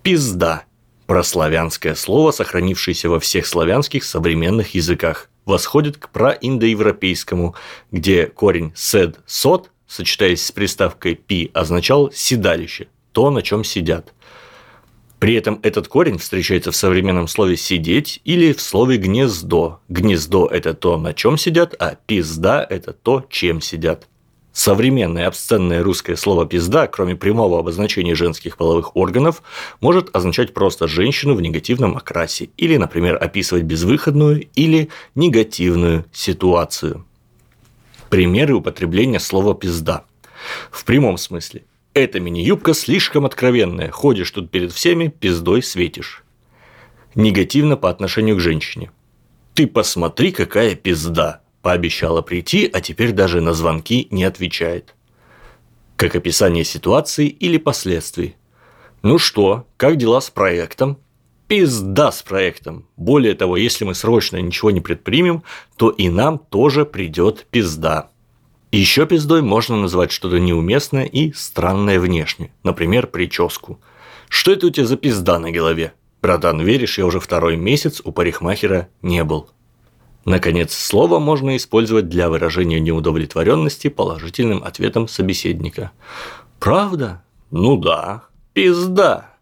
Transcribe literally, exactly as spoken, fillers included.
Пизда – прославянское слово, сохранившееся во всех славянских современных языках, восходит к праиндоевропейскому, где корень «сед» – «сот», сочетаясь с приставкой «пи», означал «седалище», то, на чем сидят. При этом этот корень встречается в современном слове «сидеть» или в слове «гнездо». Гнездо – это то, на чем сидят, а пизда – это то, чем сидят. Современное обсценное русское слово «пизда», кроме прямого обозначения женских половых органов, может означать просто женщину в негативном окрасе или, например, описывать безвыходную или негативную ситуацию. Примеры употребления слова «пизда». В прямом смысле. Эта мини-юбка слишком откровенная, ходишь тут перед всеми, пиздой светишь. Негативно по отношению к женщине. Ты посмотри, какая пизда. Пообещала прийти, а теперь даже на звонки не отвечает. Как описание ситуации или последствий. Ну что, как дела с проектом? Пизда с проектом. Более того, если мы срочно ничего не предпримем, то и нам тоже придет пизда. Еще пиздой можно назвать что-то неуместное и странное внешне. Например, прическу. Что это у тебя за пизда на голове? Братан, веришь, я уже второй месяц у парикмахера не был. Наконец, слово можно использовать для выражения неудовлетворенности положительным ответом собеседника. Правда? Ну да, пизда.